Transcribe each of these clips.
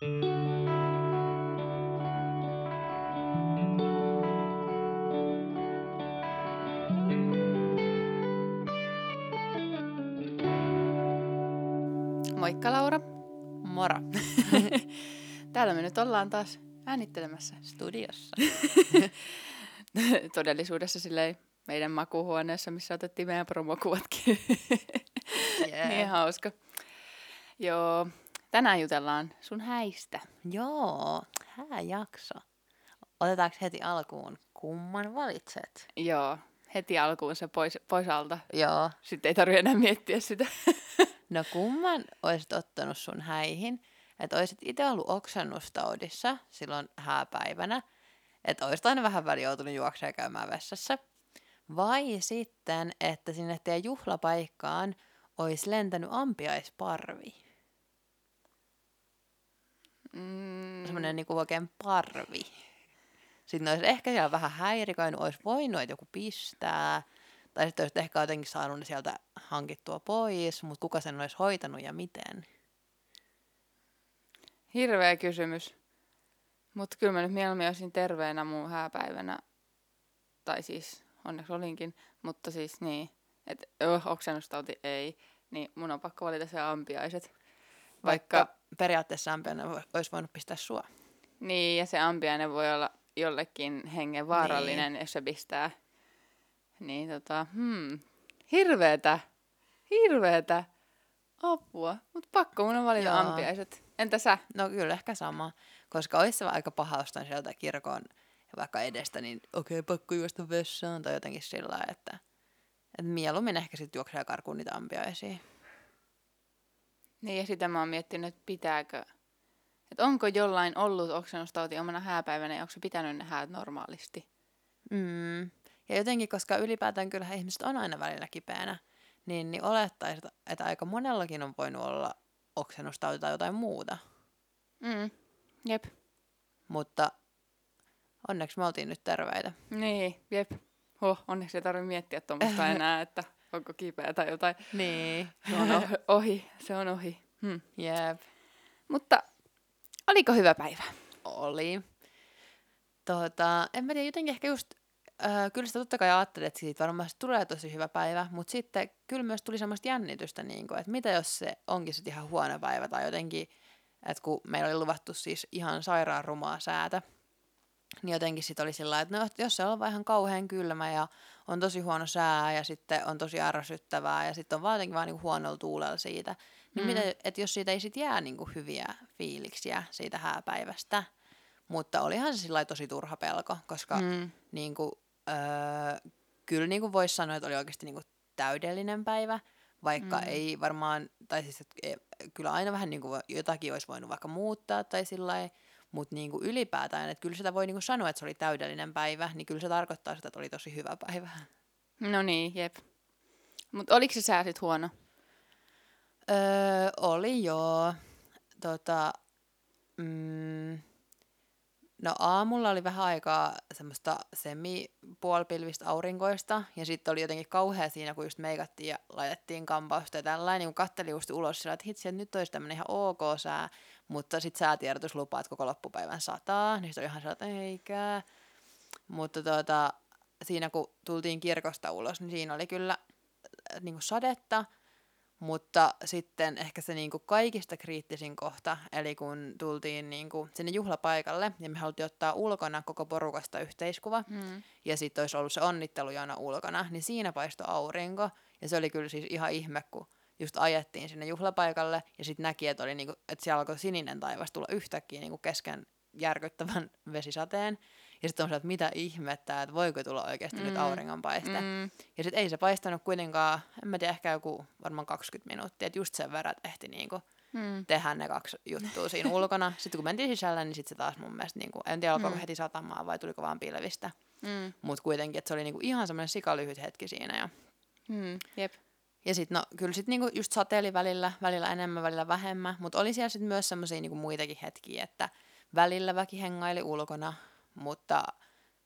Moikka Laura. Moro. Täällä me nyt ollaan taas äänittelemässä Studiossa. todellisuudessa silleen meidän makuuhuoneessa, missä otettiin meidän promokuvatkin. Yeah. Niin hauska. Joo, tänään jutellaan sun häistä. Joo, hääjakso. Otetaanko heti alkuun, kumman valitset? Joo, heti alkuun se pois alta. Joo. Sitten ei tarvitse enää miettiä sitä. No kumman olisit ottanut sun häihin? Että olisit itse ollut oksennustaudissa silloin hääpäivänä. Että olisit aina vähän väliin joutunut juoksemaan käymään vessassa. Vai sitten, että sinne teidän juhlapaikkaan olisi lentänyt ampiaisparvi. Semmoinen niinku oikein parvi. Sitten olisi ehkä siellä vähän häiriköinyt, olisi voinut, että joku pistää. Tai sitten olisi ehkä jotenkin saanut ne sieltä hankittua pois, mutta kuka sen olisi hoitanut ja miten? Hirveä kysymys. Mutta kyllä mä nyt mieluummin olisin terveenä mun hääpäivänä. Tai siis, onneksi olinkin. Mutta siis niin, että oksennustauti ei. Niin mun on pakko valita se ampiaiset. Vaikka periaatteessa ampiainen olisi voinut pistää sua. Niin, ja se ampiainen voi olla jollekin hengen vaarallinen, jos se pistää. Niin hirveetä apua. Mutta pakko mun on valita ampiaiset. Entä sä? No kyllä ehkä sama, koska olisi se aika paha ostaa sieltä kirkon vaikka edestä, niin okei, pakko juosta vessaan tai jotenkin sillä, että mieluummin ehkä sitten juoksee karkuun niitä ampiaisia. Niin, ja sitä mä oon miettinyt, että pitääkö, että onko jollain ollut oksennustauti omana hääpäivänä ja onko se pitänyt ne häät normaalisti. Ja jotenkin, koska ylipäätään kyllähän ihmiset on aina välillä kipeänä, niin olettaisi, että aika monellakin on voinut olla oksennustauti tai jotain muuta. Jep. Mutta onneksi me oltiin nyt terveitä. Niin, jep. Onneksi ei tarvitse miettiä tuommoista enää, että onko kipeä tai jotain. Niin. Se on ohi. Jep. Mutta oliko hyvä päivä? Oli. En mä tiedä, jotenkin ehkä just, kyllä sitä totta kai ajattelin, että siitä varmasti tulee tosi hyvä päivä, mutta sitten kyllä myös tuli semmoista jännitystä, niin kuin, että mitä jos se onkin sitten ihan huono päivä tai jotenkin, että kun meillä oli luvattu siis ihan sairaan rumaa säätä, niin jotenkin sitten oli sillä että no, jos se on vaan ihan kauhean kylmä ja on tosi huono sää ja sitten on tosi ärsyttävää ja sitten on vaan jotenkin vaan niinku huonolla tuulella siitä, niin mitä, että jos siitä ei sitten jää niinku hyviä fiiliksiä siitä hääpäivästä, mutta olihan se sillä tosi turha pelko, koska niinku, kyllä niinku voisi sanoa, että oli oikeasti niinku täydellinen päivä, vaikka ei varmaan, tai siis kyllä aina vähän niinku jotakin olisi voinut vaikka muuttaa tai sillä mutta niinku ylipäätään, että kyllä sitä voi niinku sanoa, että se oli täydellinen päivä, niin kyllä se tarkoittaa sitä, että oli tosi hyvä päivä. No niin, jep. Mutta oliko se sää sit huono? Oli joo. No aamulla oli vähän aikaa semmoista semi-puolipilvistä aurinkoista, ja sitten oli jotenkin kauhea siinä, kun just meikattiin ja laitettiin kampausta ja tällainen, niin kun kattelin just ulos sillä, että hitsi, että nyt olisi tämmöinen ihan ok sää, mutta sitten säätiedotus lupaa, että koko loppupäivän sataa, niin sitten oli ihan sellainen, että eikä. Mutta siinä kun tultiin kirkosta ulos, niin siinä oli kyllä niin kuin sadetta, mutta sitten ehkä se niinku kaikista kriittisin kohta, eli kun tultiin niinku sinne juhlapaikalle, ja me haluttiin ottaa ulkona koko porukasta yhteiskuva, ja sitten olisi ollut se onnittelujana ulkona, niin siinä paistoi aurinko, ja se oli kyllä siis ihan ihme, kun just ajettiin sinne juhlapaikalle, ja sitten näki, että, oli niinku, että siellä alkoi sininen taivas tulla yhtäkkiä niinku kesken järkyttävän vesisateen, ja sitten on se, että mitä ihmettä, että voiko tulla oikeasti nyt auringonpaiste. Ja sitten ei se paistanut kuitenkaan, en mä tiedä, ehkä joku varmaan 20 minuuttia, että just sen verran, että ehti niinku tehdä ne 2 juttua siinä ulkona. Sitten kun mentiin sisällä, niin sitten se taas mun mielestä, niinku, en tiedä alkoiko heti satamaan vai tuliko vaan pilvistä. Mutta kuitenkin, että se oli niinku ihan semmoinen sikalyhyt hetki siinä. Ja, jep. Ja sitten no kyllä sitten niinku just sateeli välillä enemmän, välillä vähemmän, mutta oli siellä sitten myös semmoisia niinku muitakin hetkiä, että välillä väki hengaili ulkona, mutta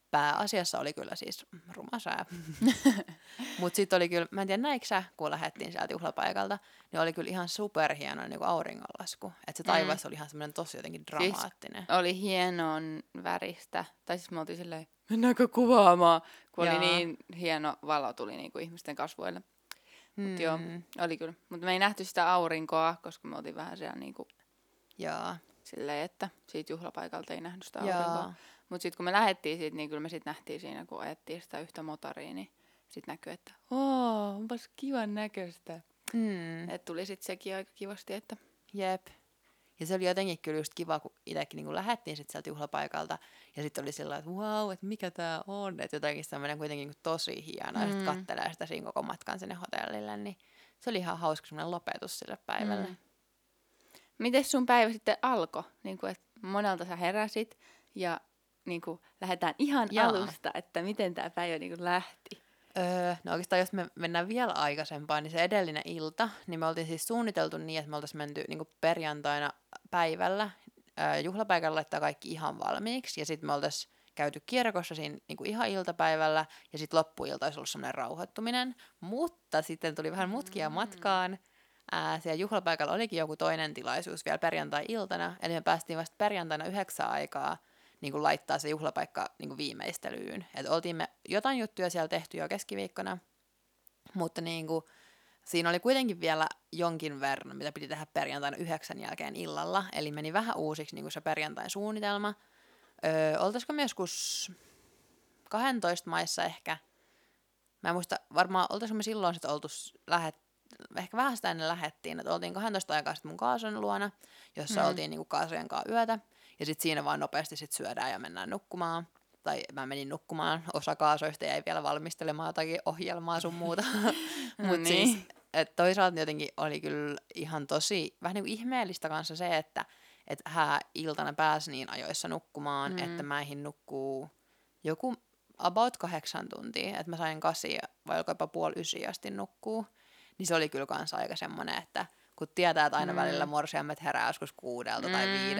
pääasiassa oli kyllä siis ruma sää. Mutta sitten oli kyllä, mä en tiedä näikö sä, kun lähdettiin sieltä juhlapaikalta, niin oli kyllä ihan superhieno niin kuin auringonlasku. Että se taivas oli ihan semmoinen tosi jotenkin dramaattinen. Siis oli hienon väristä. Tai siis me oltiin silleen, mennäänkö kuvaamaan, kun oli niin hieno valo tuli niin kuin ihmisten kasvoille. Mutta joo, oli kyllä. Mutta me ei nähty sitä aurinkoa, koska me oltiin vähän siellä niin kuin silleen, että siitä juhlapaikalta ei nähnyt sitä aurinkoa. Mutta sitten kun me lähdettiin siitä, niin kyllä me sitten nähtiin siinä, kun ajettiin sitä yhtä motoria, niin sitten näkyi, että onpas kivan näköistä. Että tuli sitten sekin aika kivasti, että... Jep. Ja se oli jotenkin kyllä just kiva, kun itsekin niin lähdettiin sitten sieltä juhlapaikalta. Ja sitten oli sellainen, että vau, että mikä tää on. Että jotenkin semmoinen kuitenkin tosi hieno. Ja sitten kattelee sitä siinä koko matkan sinne hotellille. Niin se oli ihan hauska semmoinen lopetus sille päivälle. Miten sun päivä sitten alkoi? Niin kuin, että monelta sä heräsit ja niin kuin, lähdetään ihan alusta, että miten tämä päivä niin kuin lähti. No oikeastaan jos me mennään vielä aikaisempaan, niin se edellinen ilta, niin me oltiin siis suunniteltu niin, että me oltaisiin menty niin kuin perjantaina päivällä juhlapaikalla laittaa kaikki ihan valmiiksi. Ja sitten me oltaisiin käyty kirkossa siinä niin kuin ihan iltapäivällä ja sitten loppuilta olisi ollut semmoinen rauhoittuminen. Mutta sitten tuli vähän mutkia matkaan. Siellä juhlapaikalla olikin joku toinen tilaisuus vielä perjantai-iltana, eli me päästiin vasta perjantaina 9 aikaa niin kuin laittaa se juhlapaikka niin kuin viimeistelyyn. Et oltiin me jotain juttuja siellä tehty jo keskiviikkona, mutta niin kuin, siinä oli kuitenkin vielä jonkin verran, mitä piti tehdä perjantaina 9 jälkeen illalla, eli meni vähän uusiksi niin kuin se perjantain suunnitelma. Oltaisiko me joskus 12 maissa ehkä? Mä en muista, varmaan oltaisiko me silloin sitten oltu ehkä vähän sitä ennen lähettiin, että oltiin 12 aikaa sitten mun kaason luona, jossa oltiin niinku kaasojen kanssa yötä, ja sitten siinä vaan nopeasti sit syödään ja mennään nukkumaan. Tai mä menin nukkumaan, osa kaasoista jäi vielä valmistelemaan jotakin ohjelmaa sun muuta. Mutta niin. siis, toisaalta jotenkin oli kyllä ihan tosi, vähän niin kuin ihmeellistä kanssa se, että iltana pääsi niin ajoissa nukkumaan, että mä ehdin nukkuu joku about 8 tuntia, että mä sain 8 vai jopa 8:30 asti nukkuu. Niin se oli kyllä kans aika semmonen, että kun tietää, että aina välillä morsiammet herää joskus 6 tai 5.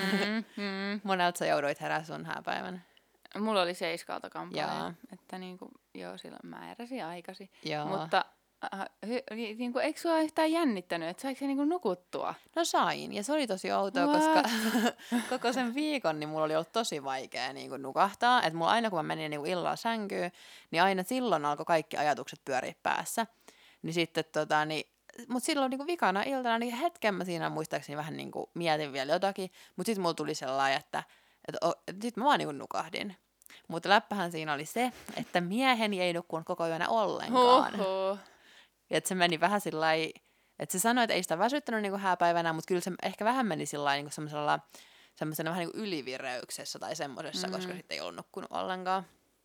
Monelta sä jouduit herää sun hääpäivänä. Mulla oli 7 kampaaja, että niinku, silloin mä heräsin aikaisin. Joo. Mutta niinku, eikö sua yhtään jännittänyt, että saiko se niinku nukuttua? No sain, ja se oli tosi outoa, koska koko sen viikon niin mulla oli ollut tosi vaikea niinku nukahtaa. Että mulla aina kun mä menin niinku illalla sänkyyn, niin aina silloin alkoi kaikki ajatukset pyöriä päässä. Niin sitten mutta silloin niinku vikana iltana, niin hetken mä siinä muistaakseni vähän niinku mietin vielä jotakin, mutta sitten mulla tuli sellainen, että sitten mä vaan niinku nukahdin. Mutta läppähän siinä oli se, että mieheni ei nukkunut koko yönä ollenkaan. Että se meni vähän sillai, että se sanoi, että ei sitä väsyttänyt niinku hääpäivänä, mutta kyllä se ehkä vähän meni sillai niinku semmoisena vähän niinku ylivireyksessä tai semmosessa, koska sitten ei ollut nukkunut ollenkaan.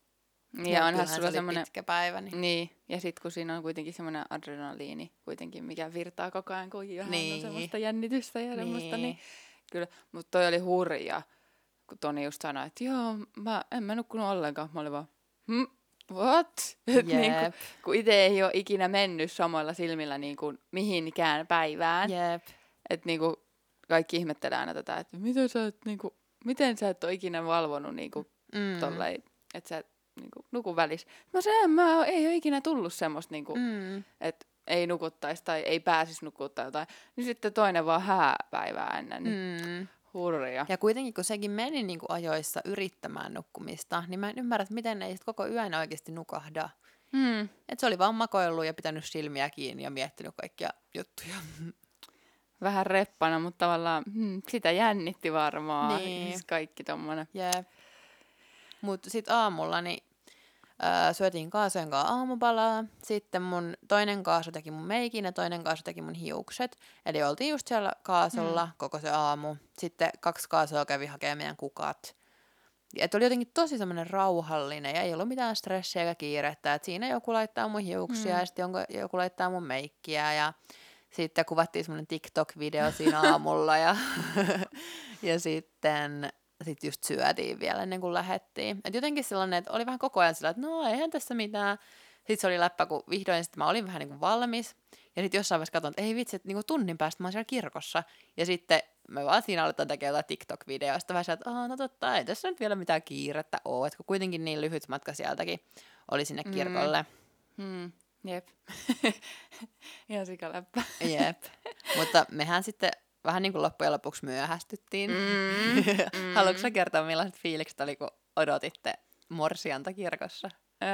Ja onhan sulla semmoinen pitkä päivä. Niin, ja sitten kun siinä on kuitenkin semmoinen adrenaliini kuitenkin, mikä virtaa koko ajan, kun vähän on semmoista jännitystä ja semmoista, niin kyllä. Mutta toi oli hurja, kun Toni just sanoi, että joo, en mä nukkunut ollenkaan. Mä olin vaan, what? Niin kun itse ei ole ikinä mennyt samoilla silmillä niin kuin mihinkään päivään. Että niin kuin kaikki ihmettelee aina tätä, että miten sä et ole ikinä valvonut niin kuin tolleen, että sä niinku nuku välissä. Mä sanoin, ei ole ikinä tullut semmoista, niinku, että ei nukuttaisi tai ei pääsisi nukkumaan tai jotain. Niin sitten toinen vaan hääpäivää ennen. Niin hurja. Ja kuitenkin, kun sekin meni niinku ajoissa yrittämään nukkumista, niin mä en ymmärrä, että miten ei sit koko yön oikeasti nukahda. Että se oli vaan makoillut ja pitänyt silmiä kiinni ja miettinyt kaikkia juttuja. Vähän reppana, mutta tavallaan sitä jännitti varmaan. Niin. Siis kaikki tommonen. Jep. Mutta sitten aamulla niin syötiin kaasojen kanssa aamupalaa. Sitten mun toinen kaaso teki mun meikin ja toinen kaaso teki mun hiukset. Eli oltiin just siellä kaasolla koko se aamu. Sitten 2 kaasoa kävi hakemaan meidän kukat. Et oli jotenkin tosi semmoinen rauhallinen ja ei ollut mitään stressiä eikä kiirettä. Et siinä joku laittaa mun hiuksia ja sitten joku laittaa mun meikkiä ja sitten kuvattiin semmoinen TikTok-video siinä aamulla ja sitten just syötiin vielä ennen kuin lähdettiin. Et jotenkin sellainen, että oli vähän koko ajan sellainen, että no eihän tässä mitään. Sitten se oli läppä, kun vihdoin sitten mä olin vähän niin kuin valmis. Ja sitten jossain vaiheessa katsoin, että ei vitsi, että niin kuin tunnin päästä mä oon siellä kirkossa. Ja sitten me vaan siinä aletaan tekemään jotain TikTok-videoista, vähän että no totta, ei tässä nyt vielä mitään kiirettä ole, että kun kuitenkin niin lyhyt matka sieltäkin oli sinne kirkolle. Jep. Ihan sikaläppä. Jep. Mutta mehän sitten vähän niin kuin loppujen lopuksi myöhästyttiin. Haluatko sä kertoa, millaiset fiilikset oli, kun odotitte morsianta kirkossa?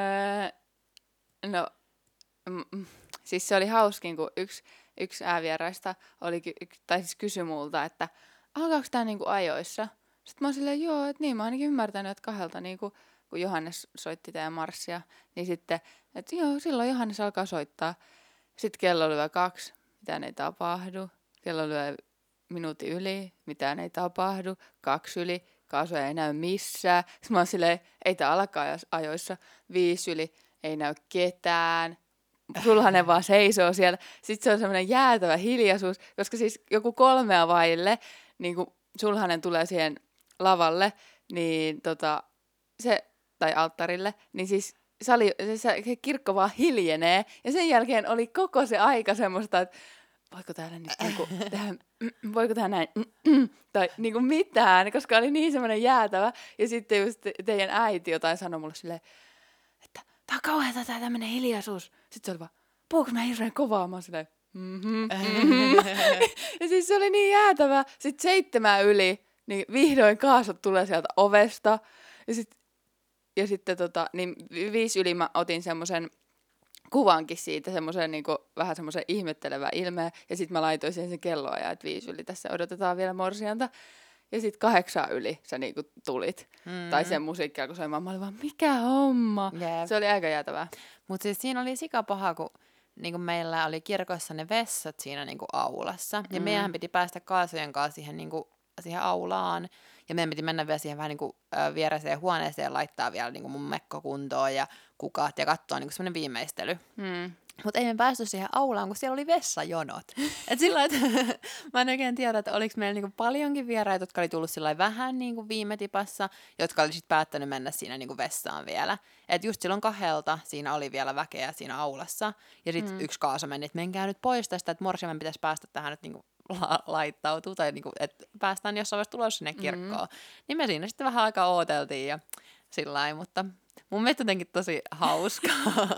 No, siis se oli hauskin, kun yksi äävieraista oli, siis kysyi multa, että alkaako tää niinku ajoissa? Sitten mä oon silleen, joo, että niin, mä oon ainakin ymmärtänyt, että 2 niinku, kun Johannes soitti teidän marssia, niin sitten, että joo, silloin Johannes alkaa soittaa. Sitten kello oli 2, mitään ei tapahdu. Kello oli minuutin yli, mitään ei tapahdu. 2 yli, kaasuja ei näy missään. Sitten mä oon silleen, ei tää alkaa ajoissa. 5 yli, ei näy ketään. Sulhanen vaan seisoo siellä. Sitten se on semmoinen jäätävä hiljaisuus, koska siis joku 3 vaille, niin kun sulhanen tulee siihen lavalle, niin tai alttarille, niin siis se kirkko vaan hiljenee. Ja sen jälkeen oli koko se aika semmoista, että voiko täällä nyt voiko tää näin, tai niinku mitään, koska oli niin semmoinen jäätävä. Ja sitten just teidän äiti jotain sanoi mulle silleen, että tää on kauheata tää tämmönen hiljaisuus. Sitten se oli vaan, puhuuko mä hirveän kovaa? Mä oon silleen, Ja siis se oli niin jäätävä. Sitten 7 yli, niin vihdoin kaasut tulee sieltä ovesta. Ja sitten niin 5 yli mä otin semmoisen kuvankin siitä, semmoisen niinku, vähän semmoisen ihmettelevä ilmeen. Ja sitten mä laitoin siihen sen kelloajan, että 5 yli tässä odotetaan vielä morsianta. Ja sitten 8 yli sä niinku tulit. Tai sen musiikki alkoi soimaan. Mä olin vaan, mikä homma? Yep. Se oli aika jäätävää. Mutta siis siinä oli sikapaha, kun niinku meillä oli kirkossa ne vessat siinä niinku aulassa. Ja meidän piti päästä kaasujen kanssa siihen aulaan. Ja meidän piti mennä vielä siihen vähän niinku viereiseen huoneeseen, laittaa vielä niinku mun mekko kuntoon ja kukat ja katsoa niinku semmoinen viimeistely. Mutta ei me päästy siihen aulaan, kun siellä oli vessajonot. Et sillä että mä en oikein tiedä, että oliko meillä niinku paljonkin vieraita, jotka oli tullut sillä vähän niinku viime tipassa, jotka oli sitten päättänyt mennä siinä niinku vessaan vielä. Et just silloin 2 siinä oli vielä väkeä siinä aulassa. Ja sitten yksi kaaso meni, että menkää nyt pois tästä, että morsiamen pitäisi päästä tähän nyt niinku laittautuu, tai niinku, että päästään jossain vaiheessa tulossa sinne kirkkoon. Niin me siinä sitten vähän aikaa ooteltiin ja sillain, mutta mun mielestä jotenkin tosi hauskaa.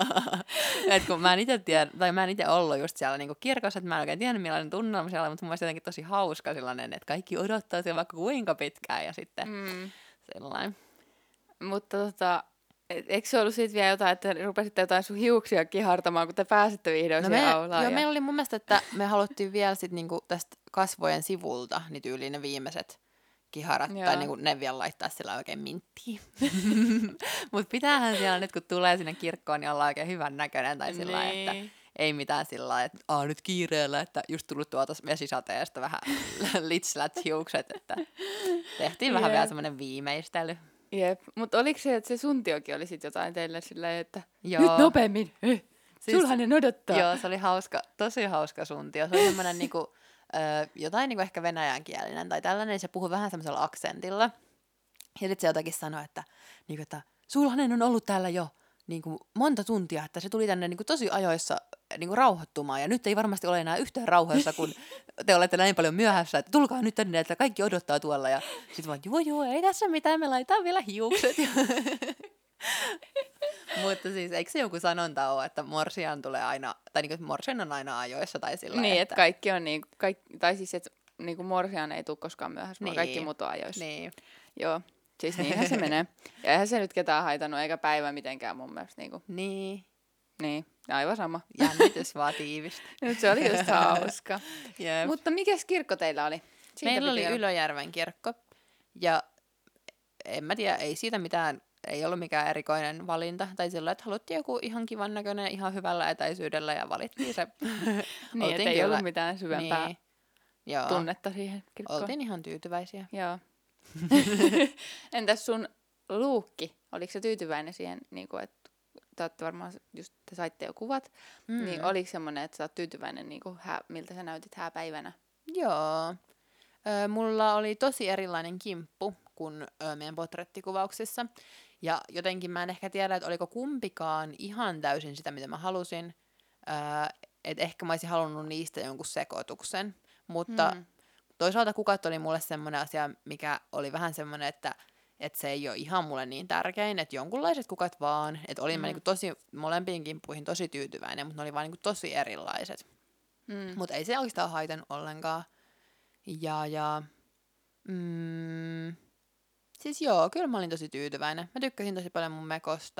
Että kun mä en itse ollut just siellä niinku kirkossa, että mä en oikein tiennyt millainen tunnelma siellä, mutta mun mielestä jotenkin tosi hauska sellainen, että kaikki odottaa siellä vaikka kuinka pitkään ja sitten sellainen. Mutta eikö se ollut siitä vielä jotain, että rupesitte jotain sun hiuksia kihartamaan, kun te pääsitte vihdoin siihen aulaan? Joo, meillä oli mun mielestä, että me haluttiin vielä sit niinku tästä kasvojen sivulta niin tyyliin ne viimeiset kiharat, tai niinku ne vielä laittaa sillä oikein minttiin. Mutta pitäähän siellä nyt, kun tulee sinne kirkkoon, niin olla oikein hyvän näköinen, tai sillä että ei mitään sillä että nyt kiireellä, että just tullut tuolta vesisateesta vähän litslät hiukset, että tehtiin vähän vielä semmoinen viimeistely. Jep, mutta oliko se, että se suntiokin oli sitten jotain teille silleen, että nyt nopeammin, sulhanen odottaa. Joo, se oli hauska, tosi hauska suntio. Se oli semmoinen niinku, jotain niinku ehkä venäjänkielinen tai tällainen, se puhui vähän semmoisella aksentilla. Ja sitten se jotakin sanoi, että sulhanen on ollut täällä jo niinku monta tuntia, että se tuli tänne niinku tosi ajoissa niinku rauhoittumaan, ja nyt ei varmasti ole enää yhtään rauhassa, kun te olette näin paljon myöhässä, että tulkaa nyt tänne, että kaikki odottaa tuolla, ja sitten vaan, joo, ei tässä mitään, me laitetaan vielä hiukset. Mutta siis eikö se joku sanonta ole, että morsian tulee aina, tai niinku morsian on aina ajoissa, tai sillä niin, että kaikki on niinku, tai siis, että niinku morsian ei tule koskaan myöhässä, vaan kaikki muut on ajoissa. Niin. Joo. Siis niinhän se menee. Ja eihän se nyt ketään haitannut, eikä päivä mitenkään mun mielestä. Niin. Niin, aivan sama. Jännitys vaan tiivistä. Nyt se oli just hauska. Yep. Mutta mikäs kirkko teillä oli? Meillä oli Ylöjärven kirkko. Ja en mä tiedä, ei siitä mitään, ei ollut mikään erikoinen valinta. Tai sillä, että haluttiin joku ihan kivan näköinen, ihan hyvällä etäisyydellä ja valittiin se. Niin, että ei ollut mitään syvempää tunnetta siihen kirkkoon. Oltiin ihan tyytyväisiä. Joo. Entäs sun luukki? Oliko se tyytyväinen siihen, niin kuin, että te olette varmaan, just te saitte jo kuvat, niin oliko semmoinen, että sä oot tyytyväinen, niin kuin, miltä sä näytit hääpäivänä? Joo. Mulla oli tosi erilainen kimppu kuin meidän portrettikuvauksissa. Ja jotenkin mä en ehkä tiedä, että oliko kumpikaan ihan täysin sitä, mitä mä halusin. Että ehkä mä olisin halunnut niistä jonkun sekoituksen. Mutta toisaalta kukat oli mulle semmoinen asia, mikä oli vähän semmoinen, että se ei ole ihan mulle niin tärkein, että jonkunlaiset kukat vaan. Että olin mä niinku tosi molempiin kimppuihin tosi tyytyväinen, mutta ne oli vaan niinku tosi erilaiset. Mutta ei se oikeastaan haitannut ollenkaan. Siis joo, kyllä mä olin tosi tyytyväinen. Mä tykkäsin tosi paljon mun mekosta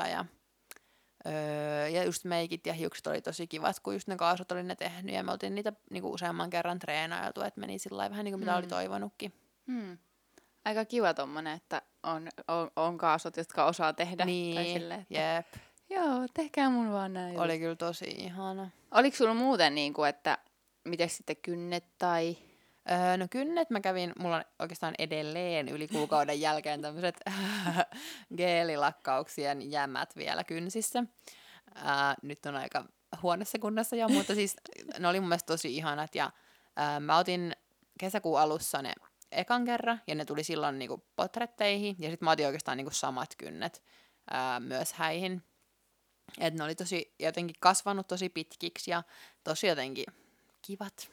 ja just meikit ja hiukset oli tosi kivat, kun just ne kaasut oli ne tehnyt ja me oltiin niitä niinku useamman kerran treenailtu, että meni sillä vähän niin kuin mitä oli toivonutkin. Aika kiva tommonen, että on kaasut, jotka osaa tehdä. Niin, tai silleen, että, jep. Joo, tehkää mun vaan näin. Oli kyllä tosi ihana. Oliko sulla muuten niinku, että miten sitten kynnet tai... No kynnet mä kävin, mulla on oikeastaan edelleen yli kuukauden jälkeen tämmöiset geelilakkauksien jämät vielä kynsissä. Nyt on aika huonossa kunnossa jo, mutta siis ne oli mun mielestä tosi ihanat ja mä otin kesäkuun alussa ne ekan kerran ja ne tuli silloin niinku potretteihin ja sitten mä otin oikeastaan niinku samat kynnet myös häihin. Et ne oli tosi jotenkin kasvanut tosi pitkiksi ja tosi jotenkin kivat.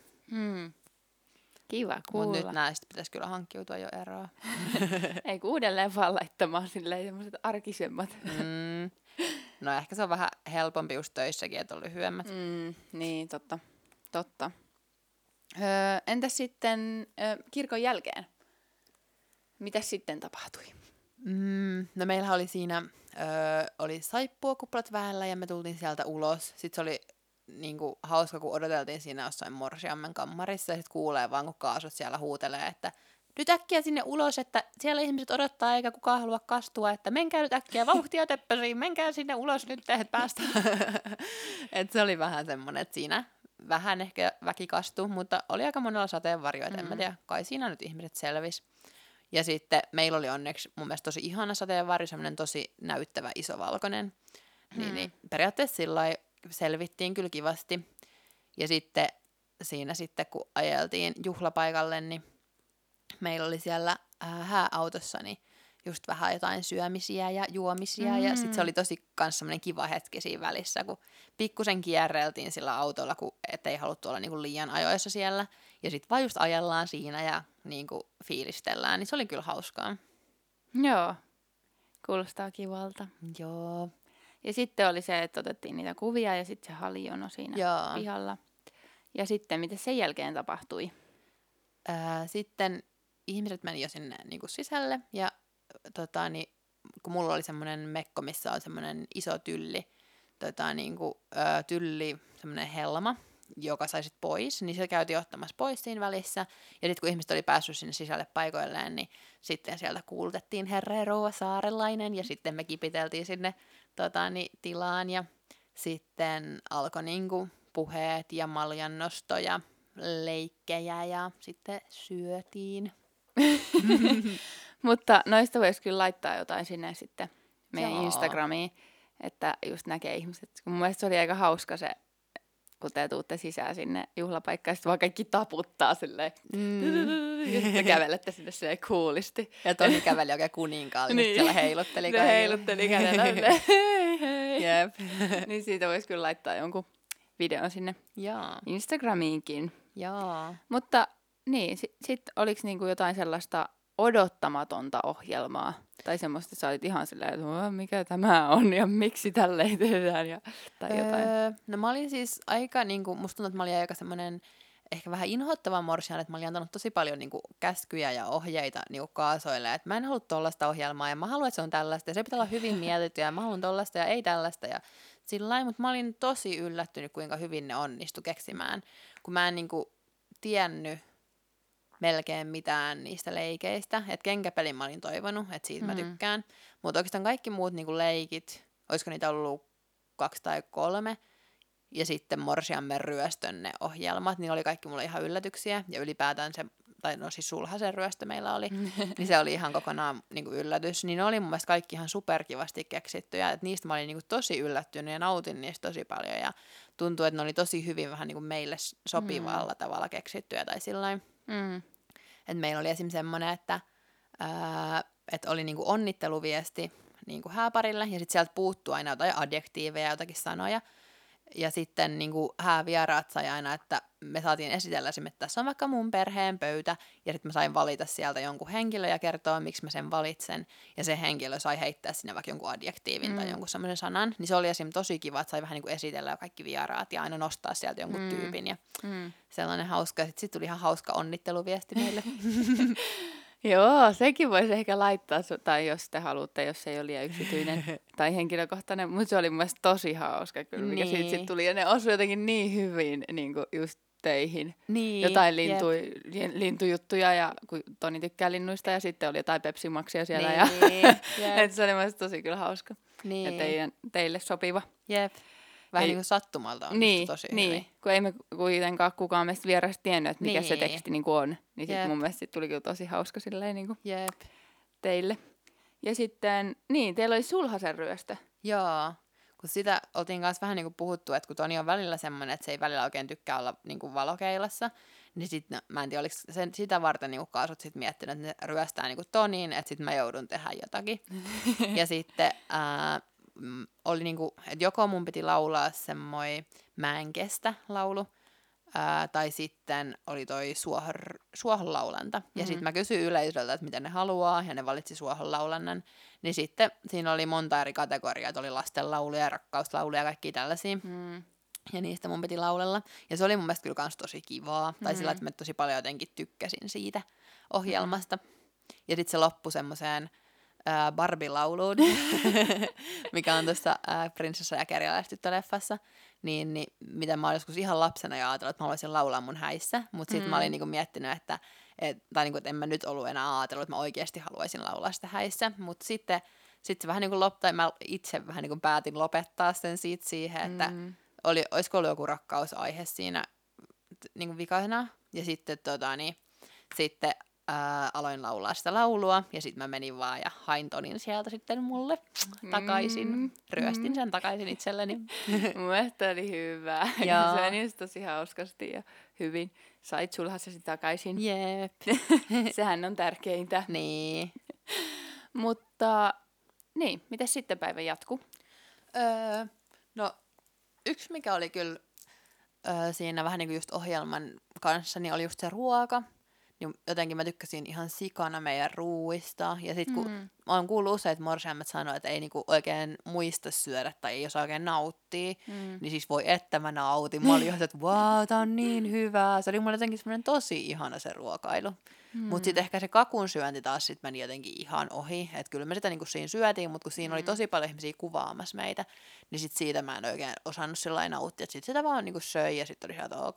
Kiva kuulla. Mutta nyt näistä pitäisi kyllä hankkiutua jo eroa. Ei kun uudelleen vaan laittamaan silleen semmoiset arkisemmat. No ehkä se on vähän helpompi just töissäkin, että on lyhyemmät. Niin, totta. Entäs sitten kirkon jälkeen? Mitäs sitten tapahtui? No meillähän oli siinä, oli saippuakuplat väellä ja me tultiin sieltä ulos. Sitten se oli niinku hauska, kun odoteltiin siinä jossain morsiammen kammarissa ja sitten kuulee vaan, kun kaasut siellä huutelee, että nyt äkkiä sinne ulos, että siellä ihmiset odottaa eikä kukaan halua kastua, että menkää nyt äkkiä vauhtia töppösiin, menkää sinne ulos nyt, että päästä. Et se oli vähän semmoinen, että siinä vähän ehkä väki kastui, mutta oli aika monella sateenvarjo, että en mä tiedä, kai siinä nyt ihmiset selvisi. Ja sitten meillä oli onneksi mun mielestä tosi ihana sateenvarjo, semmoinen tosi näyttävä iso valkoinen. Niin periaatteessa sillai selvittiin kyllä kivasti. Ja sitten siinä sitten, kun ajeltiin juhlapaikalle, niin meillä oli siellä hääautossa niin just vähän jotain syömisiä ja juomisia. Ja sitten se oli tosi kans semmoinen kiva hetki siinä välissä, kun pikkusen kierreltiin sillä autolla, kun ettei haluttu olla niinku liian ajoissa siellä. Ja sitten vaan just ajellaan siinä ja niinku fiilistellään, niin se oli kyllä hauskaa. Joo, kuulostaa kivalta. Joo. Ja sitten oli se, että otettiin niitä kuvia ja sitten se halijono siinä pihalla. Ja sitten, mitä sen jälkeen tapahtui? Sitten ihmiset meni jo sinne niinku sisälle ja kun mulla oli semmoinen mekko, missä on semmoinen iso tylli, semmoinen helma, joka sai sit pois, niin se käytiin ottamassa pois siinä välissä. Ja sitten kun ihmiset oli päässyt sinne sisälle paikoilleen, niin sitten sieltä kuulutettiin herra ja rouva Saarelainen ja sitten me kipiteltiin sinne tilaan ja sitten alkoi niinku puheet ja maljannosto ja leikkejä ja sitten syötiin. Mutta noista voisi kyllä laittaa jotain sinne sitten meidän Joo. Instagramiin, että just näkee ihmiset. Kun mun mielestä se oli aika hauska se, kun te tuutte sisään sinne juhlapaikkaan, sitten vaan kaikki taputtaa silleen. Ja sitten kävelette sinne silleen coolisti. Ja Toni käveli oikein kuninkaallisesti, niin. Siellä heilutteli kaikille. Heilutteli kädellä hei hei. Jep. Niin siitä voisi kyllä laittaa jonkun videon sinne Instagramiinkin. Joo. Mutta niin, sitten oliko niinku jotain sellaista odottamatonta ohjelmaa? Tai semmoista, että sä olit ihan silleen, että mikä tämä on ja miksi tälleen tehdään tai jotain. No mä olin siis aika, musta tuntuu, että mä olin aika semmoinen ehkä vähän inhottava morsian, että mä olin antanut tosi paljon käskyjä ja ohjeita kaasoille, että mä en halua tollaista ohjelmaa ja mä haluan, että se on tällaista ja se pitää olla hyvin mietitty ja mä haluan tollaista ja ei tällaista ja sillain, mutta mä olin tosi yllättynyt, kuinka hyvin ne onnistu keksimään, kun mä en tiennyt melkein mitään niistä leikeistä. Että kenkäpelin mä olin toivonut, että siitä mä tykkään. Mutta oikeastaan kaikki muut leikit, olisiko niitä ollut 2 tai 3, ja sitten Morsiammen ryöstön ne ohjelmat, niin oli kaikki mulle ihan yllätyksiä. Ja ylipäätään se, tai no siis Sulhasen ryöstö meillä oli, niin se oli ihan kokonaan yllätys. Niin ne oli mun mielestä kaikki ihan superkivasti keksittyjä. Että niistä mä olin tosi yllättynyt ja nautin niistä tosi paljon. Ja tuntuu, että ne oli tosi hyvin vähän meille sopivalla tavalla keksittyjä tai sillain. Et meillä oli esimerkiksi semmoinen, että oli onnitteluviesti hääparille ja sitten sieltä puuttuu aina jotain adjektiiveja, jotakin sanoja. Ja sitten niin kuin häävieraat sai aina, että me saatiin esitellä esimerkiksi, että tässä on vaikka mun perheen pöytä, ja sitten mä sain valita sieltä jonkun henkilön ja kertoa, miksi mä sen valitsen, ja se henkilö sai heittää sinne vaikka jonkun adjektiivin tai jonkun semmoisen sanan, niin se oli esimerkiksi tosi kiva, että sai vähän niin kuin esitellä kaikki vieraat ja aina nostaa sieltä jonkun tyypin, ja sellainen hauska, ja sitten tuli ihan hauska onnitteluviesti meille. Joo, sekin voisi ehkä laittaa, tai jos te haluatte, jos se ei ole liian yksityinen tai henkilökohtainen, mutta se oli mun mielestä tosi hauska kyllä, mikä Niin. siitä sit tuli, ja ne osui jotenkin niin hyvin niin kuin just teihin. Niin, Jotain lintujuttuja, ja kun Toni tykkää linnuista, ja sitten oli jotain Pepsi-maksia siellä, niin, ja et se oli mun mielestä tosi kyllä hauska, niin. ja teille sopiva. Jep. Vähän Ei- niin kuin sattumalta on tosi niin, hyvin. kun ei me kuitenkaan kukaan meistä vierasta tiennyt, että mikä se Niin. teksti niin on, niin sit Jep. mun mielestä sit tuli kyllä tosi hauska silleen niin kuin Jep. teille. Ja sitten, niin, teillä oli sulhasen ryöstö. Joo, kun sitä oltiin kanssa vähän niin kuin puhuttu, että kun Toni on välillä semmoinen, että se ei välillä oikein tykkää olla niin kuin valokeilassa, niin sitten mä en tiedä, oliko sitä varten niin kuin kaasut sit miettinyt, että ne ryöstää niin kuin Toniin, että sitten mä joudun tehdä jotakin. Ja sitten oli niin kuin, että joko mun piti laulaa semmoinen Mä en kestä -laulu, tai sitten oli toi suohonlaulanta. Ja sitten mä kysyin yleisöltä, että miten ne haluaa, ja ne valitsi suohonlaulannan. Niin sitten siinä oli monta eri kategoriaa, että oli lastenlauluja, rakkauslauluja ja kaikkia tällaisia. Ja niistä mun piti laulella. Ja se oli mun mielestä kyllä kans tosi kivaa. Tai sillä, että mä tosi paljon jotenkin tykkäsin siitä ohjelmasta. Ja sitten se loppui semmoiseen Barbie-lauluun, mikä on tuossa Prinsessa ja kerjäläistyttö-leffassa, niin mitä mä olin joskus ihan lapsena ja ajatellut, että mä haluaisin laulaa mun häissä, mutta sitten mä olin niinku miettinyt, että en mä nyt ollut enää ajatellut, että mä oikeasti haluaisin laulaa sitä häissä, mutta sitten se vähän niin kuin loppui, mä itse vähän niin kuin päätin lopettaa sen siitä siihen, että olisiko ollut joku rakkausaihe siinä niin kuin vikana, ja sitten sitten aloin laulaa sitä laulua, ja sitten mä menin vaan ja hain Tonin sieltä sitten mulle takaisin. Ryöstin sen takaisin itselleni. Mun mielestä oli hyvä. Joo. Se meni just tosi hauskasti ja hyvin. Sait sulhasesi takaisin. Jep. Sehän on tärkeintä. Niin. Mutta niin, miten sitten päivä jatkuu? No, yksi mikä oli kyllä siinä vähän niin kuin just ohjelman kanssa, niin oli just se ruoka. Niin jotenkin mä tykkäsin ihan sikana meidän ruuista. Ja sit kun mä oon kuullut usein, että morsiammat sanoo, että ei niinku oikein muista syödä tai ei osaa oikein nauttia, niin siis voi että mä nautin. Mä olin ihan, että vau, tää on niin hyvää. Se oli mulle jotenkin semmoinen tosi ihana se ruokailu. Mutta sitten ehkä se kakun syönti taas sit meni jotenkin ihan ohi. Että kyllä me sitä niinku siinä syötiin, mutta kun siinä oli tosi paljon ihmisiä kuvaamassa meitä, niin sit siitä mä en oikein osannut sillä nauttia. Että sit sitä vaan niinku söi ja sit oli ihan, että ok.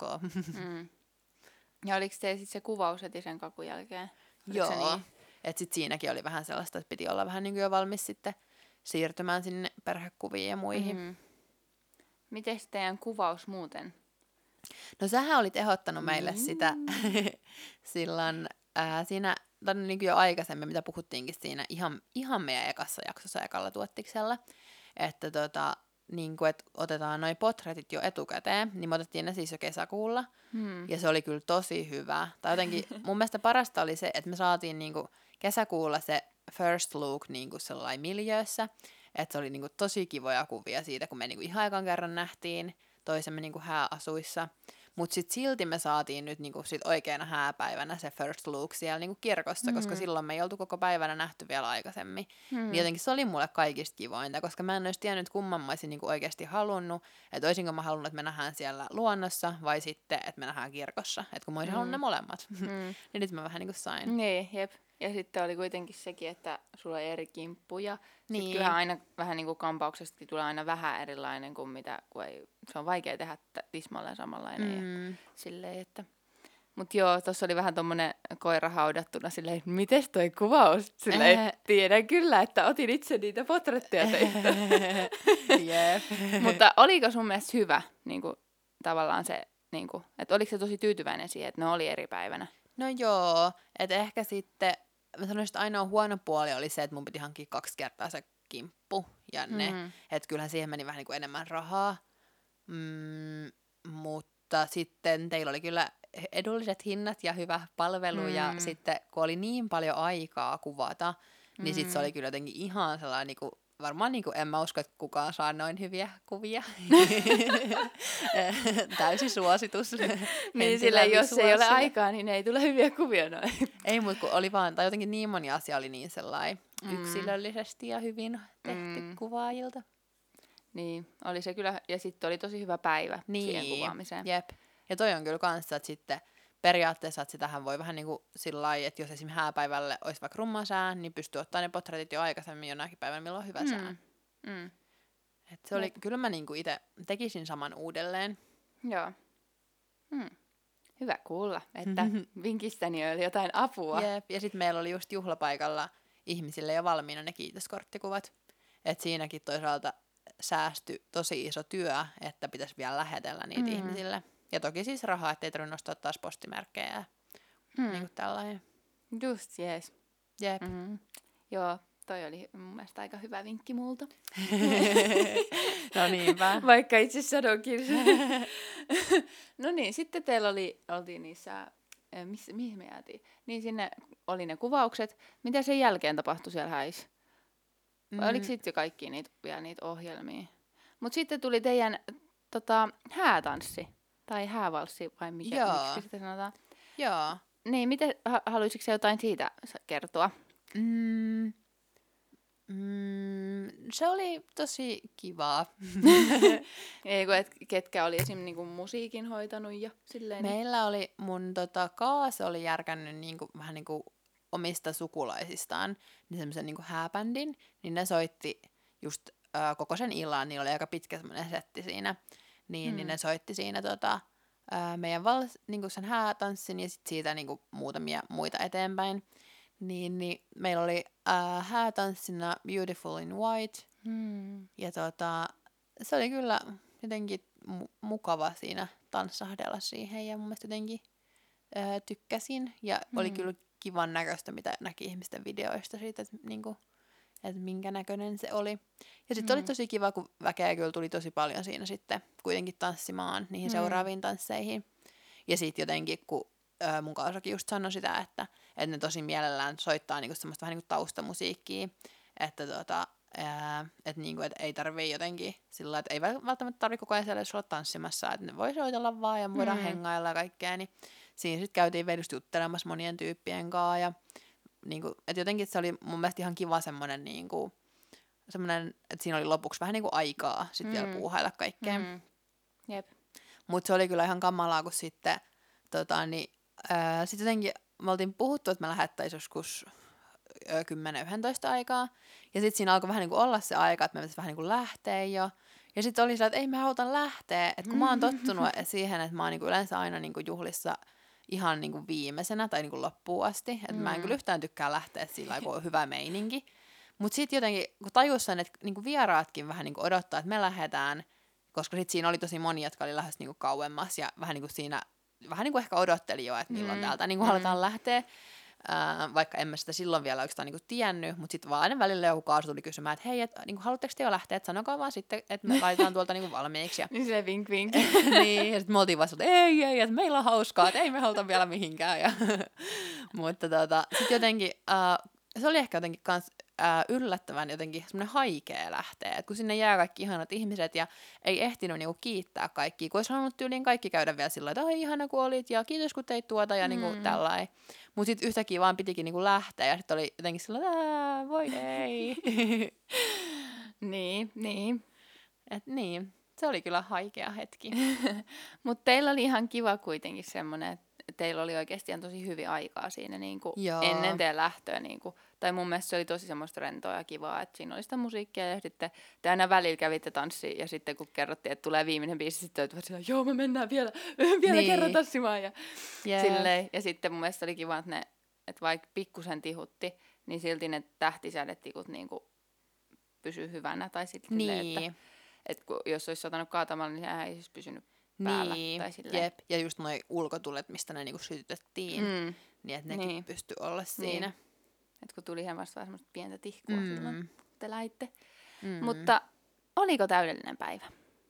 Ja oliko teillä sitten se kuvaus heti sen kakun jälkeen? Oliko se Joo, niin? että sitten siinäkin oli vähän sellaista, että piti olla vähän niin kuin jo valmis sitten siirtymään sinne perhekuviin ja muihin. Miten teidän kuvaus muuten? No sähän olit ehdottanut meille sitä silloin siinä, tai niin kuin jo aikaisemmin, mitä puhuttiinkin siinä ihan meidän ekassa jaksossa ekalla tuottiksella, että niin kuin, että otetaan noi potretit jo etukäteen, niin me otettiin ne siis jo kesäkuulla, ja se oli kyllä tosi hyvä. Tai jotenkin mun mielestä parasta oli se, että me saatiin niin kuin kesäkuulla se first look niin kuin sellainen miljöössä, että se oli niin kuin tosi kivoja kuvia siitä, kun me niin kuin ihan ekan kerran nähtiin toisemme niin kuin hääasuissa. Mutta sitten silti me saatiin nyt niinku sit oikeana hääpäivänä se first look siellä niinku kirkossa, koska silloin me ei oltu koko päivänä nähty vielä aikaisemmin. Niin jotenkin se oli mulle kaikista kivointa, koska mä en olisi tiennyt, kumman mä olisin niinku oikeasti halunnut. Että olisinko mä halunnut, että me nähdään siellä luonnossa vai sitten, että me nähdään kirkossa. Että kun mä olisin halunnut ne molemmat. Niin nyt mä vähän niinku sain. Niin, jep. Ja sitten oli kuitenkin sekin, että sulla on eri kimppu ja Niin. kyllähän aina vähän niin kuin kampauksestakin tulee aina vähän erilainen kuin mitä, kun ei, se on vaikea tehdä tismalleen samanlainen ja silleen, että. Mut joo, tossa oli vähän tommonen koira haudattuna silleen, että mites toi kuvaus? Silleen, tiedän kyllä, että otin itse niitä potretteja teistä. Jep. Mutta oliko sun mielestä hyvä niin kuin, tavallaan se, niin kuin, että oliko se tosi tyytyväinen siihen, että ne oli eri päivänä? No joo, että ehkä sitten, mä sanoisin, että ainoa huono puoli oli se, että mun piti hankkia 2 kertaa se kimppu ja ne, että kyllähän siihen meni vähän niin kuin enemmän rahaa, mutta sitten teillä oli kyllä edulliset hinnat ja hyvä palvelu ja sitten kun oli niin paljon aikaa kuvata, niin sitten se oli kyllä jotenkin ihan sellainen niin kuin varmaan niinku, en mä usko, että kukaan saa noin hyviä kuvia. Täysi suositus. Niin sillä jos ei ole aikaa, niin ei tule hyviä kuvia noin. Ei, mutta kun oli vaan, tai jotenkin niin moni asia oli niin sellainen yksilöllisesti ja hyvin tehty kuvaajilta. Niin, oli se kyllä, ja sitten oli tosi hyvä päivä siihen kuvaamiseen. Jep. Ja toi on kyllä kanssa, että sitten periaatteessa, että sitähän voi vähän niin kuin sillä lailla, että jos esimerkiksi hääpäivälle olisi vaikka rumma sää, niin pystyy ottaa ne portretit jo aikaisemmin jonakin päivänä, milloin on hyvä sää. Et se oli, kyllä mä niin kuin itse tekisin saman uudelleen. Joo. Hyvä kuulla, että vinkistäni oli jotain apua. Jep. Ja sitten meillä oli just juhlapaikalla ihmisille jo valmiina ne kiitoskorttikuvat. Että siinäkin toisaalta säästyi tosi iso työ, että pitäisi vielä lähetellä niitä ihmisille. Ja toki siis rahaa, ettei tarvitse nostaa taas postimerkkejä ja niin kuin tällainen. Just, yes. Jep. Joo, toi oli mun mielestä aika hyvä vinkki multa. No niinpä. Vaikka itse sanoinkin. No niin, sitten teillä oltiin niissä, mihin me jäätiin? Niin sinne oli ne kuvaukset. Mitä sen jälkeen tapahtui siellä häissä? Vai oliko sitten jo kaikki vielä niitä ohjelmia? Mutta sitten tuli teidän häätanssi. Tai häävalssi, vai miksi sitä sanotaan? Joo. Niin, miten, haluaisitko jotain siitä kertoa? Se oli tosi kivaa. Ei, ketkä oli esimerkiksi niinku musiikin hoitanut ja silleen. Meillä oli mun Kaas oli järkännyt niinku, vähän niinku omista sukulaisistaan niin semmoisen niinku hääbändin, niin ne soitti just koko sen illan, niillä oli aika pitkä semmoinen setti siinä, niin ne soitti siinä meidän niinku sen häätanssin ja sit siitä niinku muutamia muita eteenpäin. Niin meillä oli häätanssina Beautiful in White. Ja se oli kyllä jotenkin mukava siinä tanssahdella siihen ja mun mielestä jotenkin tykkäsin. Ja oli kyllä kivan näköistä, mitä näki ihmisten videoista siitä, että niinku, että minkä näköinen se oli. Ja sitten oli tosi kiva, kun väkeä kyllä tuli tosi paljon siinä sitten kuitenkin tanssimaan niihin seuraaviin tansseihin. Ja sitten jotenkin, kun mun kaasakin just sanoi sitä, että ne tosi mielellään soittaa niinku semmoista vähän niinku taustamusiikkia, että niinku, et ei tarvii jotenkin sillä, että ei välttämättä tarvitse koko ajan siellä olla tanssimassa, että ne voi soitella vaan ja voidaan hengailla ja kaikkea, niin siinä sitten käytiin vielä just juttelemassa monien tyyppien kanssa ja niinku, että jotenkin se oli mun mielestä ihan kiva semmoinen niinku, että siinä oli lopuksi vähän niinku aikaa sitten vielä puuhailla kaikkea. Jep. Mutta se oli kyllä ihan kamalaa, kun sitten sitten jotenkin me oltiin puhuttu, että me lähettäisiin joskus 10-11 aikaa. Ja sitten siinä alkoi vähän niin kuin olla se aika, että me pitäisi vähän niin kuin lähteä jo. Ja sitten oli sillä, että ei me haluta lähteä. Että kun mä oon tottunut siihen, että mä oon niin kuin yleensä aina niin kuin juhlissa ihan niin kuin viimeisenä tai niin kuin loppuun asti. Että mä en kyllä yhtään tykkää lähteä sillä kun on hyvä meininki. Mutta sitten jotenkin, kun tajus sen, että niin kuin vieraatkin vähän niin kuin odottaa, että me lähdetään, koska sitten siinä oli tosi moni, jotka oli lähes niin kuin kauemmas ja vähän niin kuin siinä vähän niin kuin ehkä odotteli jo, että milloin täältä niin kuin halutaan lähteä, vaikka emme sitä silloin vielä oikeastaan niin kuin tiennyt, mutta sitten vaan aina välillä joku kaasu tuli kysymään, että hei, niin haluatteko te jo lähteä, että sanokaa vaan sitten, että me laitetaan tuolta niin kuin valmiiksi. Ja niin se vink vink. niin, ja sitten me oltiin vasta, että ei, että meillä on hauskaa, että ei me haluta vielä mihinkään. Mutta sitten jotenkin, se oli ehkä jotenkin kans yllättävän jotenkin semmoinen haikea lähteä, että kun sinne jää kaikki ihanat ihmiset ja ei ehtinyt niinku kiittää kaikkia, kun olisi halunnut tyyliin kaikki käydä vielä sillä että ai ihana kun olit ja kiitos kun teit tuota ja niinku tällainen. Mutta sitten yhtäkkiä vaan pitikin niinku lähteä ja sitten oli jotenkin sillä voi ei. niin. Et niin, se oli kyllä haikea hetki. Mutta teillä oli ihan kiva kuitenkin semmoinen, että teillä oli oikeasti ihan tosi hyvin aikaa siinä niinku ennen teidän lähtöä. Niinku. Tai mun mielestä se oli tosi semmoista rentoa ja kivaa, että siinä oli sitä musiikkia ja sitten te aina välillä kävitte tanssiin ja sitten kun kerrottiin, että tulee viimeinen biisi, sitten olette sillä, joo me mennään vielä niin. kerran tanssimaan. Ja, silleen. Ja sitten mun mielestä oli kiva, että vaikka pikkusen tihutti, niin silti ne tähtisädetikut niinku pysyy hyvänä. Tai sitten silleen, että jos olisi satanut kaatamalla, niin sehän ei siis pysynyt päällä. Niin, tai jep. Ja just noi ulkotulet, mistä ne niinku sytytettiin, niin että nekin pystyi olla siinä. Niin. Että kun tuli ihan vasta semmoista pientä tihkua silloin, kun te läitte. Mutta oliko täydellinen päivä?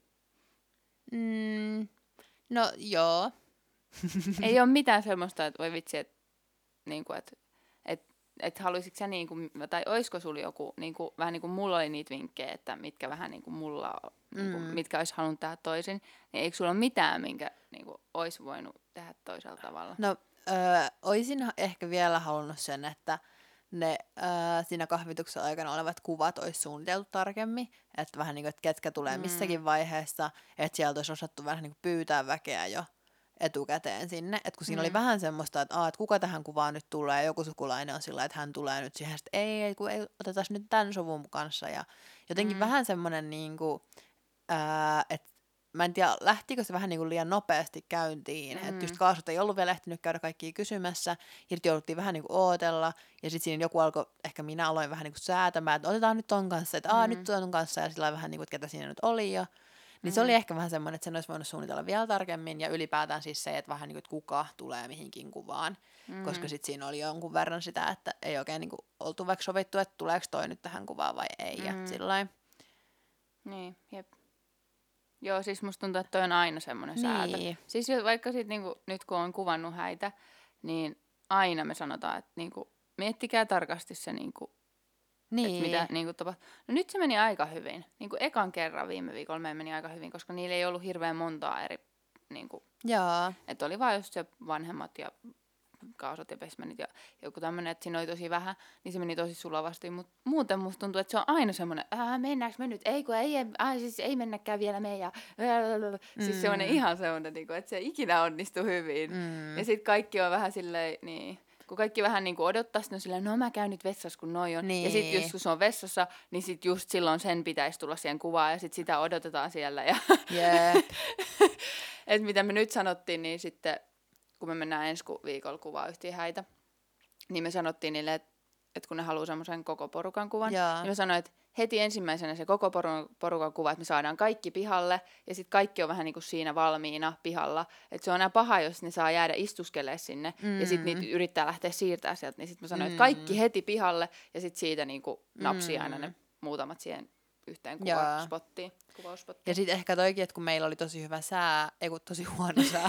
No joo. Ei ole mitään semmoista, että voi vitsi, että niinku, että haluaisitko sä niinku, tai olisiko sulla joku, niinku, vähän niin kuin mulla oli niitä vinkkejä, että mitkä vähän niin kuin mulla, niinku, mitkä olisi halunnut tehdä toisin, niin eikö sulla ole mitään, minkä niinku, olisi voinut tehdä toisella tavalla? No, oisin ehkä vielä halunnut sen, että ne siinä kahvituksen aikana olevat kuvat olisi suunniteltu tarkemmin, että vähän niin kuin, että ketkä tulee missäkin vaiheessa, että sieltä olisi osattu vähän niin kuin pyytää väkeä jo etukäteen sinne, että kun siinä oli vähän semmoista, että kuka tähän kuvaan nyt tulee, ja joku sukulainen on sillä, että hän tulee nyt siihen, että ei, kun ei otetaan nyt tämän sovun kanssa, ja jotenkin vähän semmoinen niinku, että mä en tiedä, lähtikö se vähän niin kuin liian nopeasti käyntiin, että just kaasut ei ollut vielä ehtinyt käydä kaikkia kysymässä, ja jouduttiin vähän niin kuin ootella, ja sitten siinä joku alkoi, ehkä minä aloin vähän niin kuin säätämään, että otetaan nyt ton kanssa, että nyt ton kanssa, ja sillä vähän niin kuin, että ketä siinä nyt oli, ja niin se oli ehkä vähän semmoinen, että sen olisi voinut suunnitella vielä tarkemmin, ja ylipäätään siis se, että vähän niin kuin, että kuka tulee mihinkin kuvaan, koska sitten siinä oli jonkun verran sitä, että ei oikein niin kuin oltu vaikka sovittu, että tuleeko toi nyt tähän kuvaan vai ei, ja sillain. Niin, jep. Joo, siis musta tuntuu, että toi on aina semmoinen säätö. Siis vaikka sit niinku, nyt kun on kuvannut häitä, niin aina me sanotaan, että niinku, miettikää tarkasti se, niinku, että mitä niinku, tapahtuu. No nyt se meni aika hyvin. Niinku, ekan kerran viime viikolla meillä meni aika hyvin, koska niillä ei ollut hirveän montaa eri, niinku, että oli vaan just se vanhemmat ja kaasot ja pesmänit ja joku tämmöinen, että siinä oli tosi vähän, niin se meni tosi sulavasti, mutta muuten musta tuntuu, että se on aina semmoinen, mennäänkö me nyt, siis ei mennäkään vielä me ja siis semmoinen ihan semmoinen, että se ikinä onnistu hyvin. Ja sitten kaikki on vähän silleen, niin, kun kaikki vähän niin kuin odottaisi, no silleen, no mä käyn nyt vessassa, kun noi on. Ja sitten just kun se on vessassa, niin sitten just silloin sen pitäisi tulla siihen kuvaan ja sitten sitä odotetaan siellä. Ja että mitä me nyt sanottiin, niin sitten kun me mennään ensi viikolla kuvaa yhtiä häitä, niin me sanottiin niille, että kun ne haluaa semmoisen koko porukan kuvan, niin me sanoin, että heti ensimmäisenä se koko porukan kuva, että me saadaan kaikki pihalle, ja sitten kaikki on vähän niin kuin siinä valmiina pihalla. Että se on aina paha, jos ne saa jäädä istuskelemaan sinne, ja sitten niitä yrittää lähteä siirtää sieltä, niin sitten mä sanoin, että kaikki heti pihalle, ja sitten siitä niin kuin napsii aina ne muutamat siihen yhteen kuvausspottiin. Ja sitten ehkä toikin, että kun meillä oli tosi hyvä sää, tosi huono sää.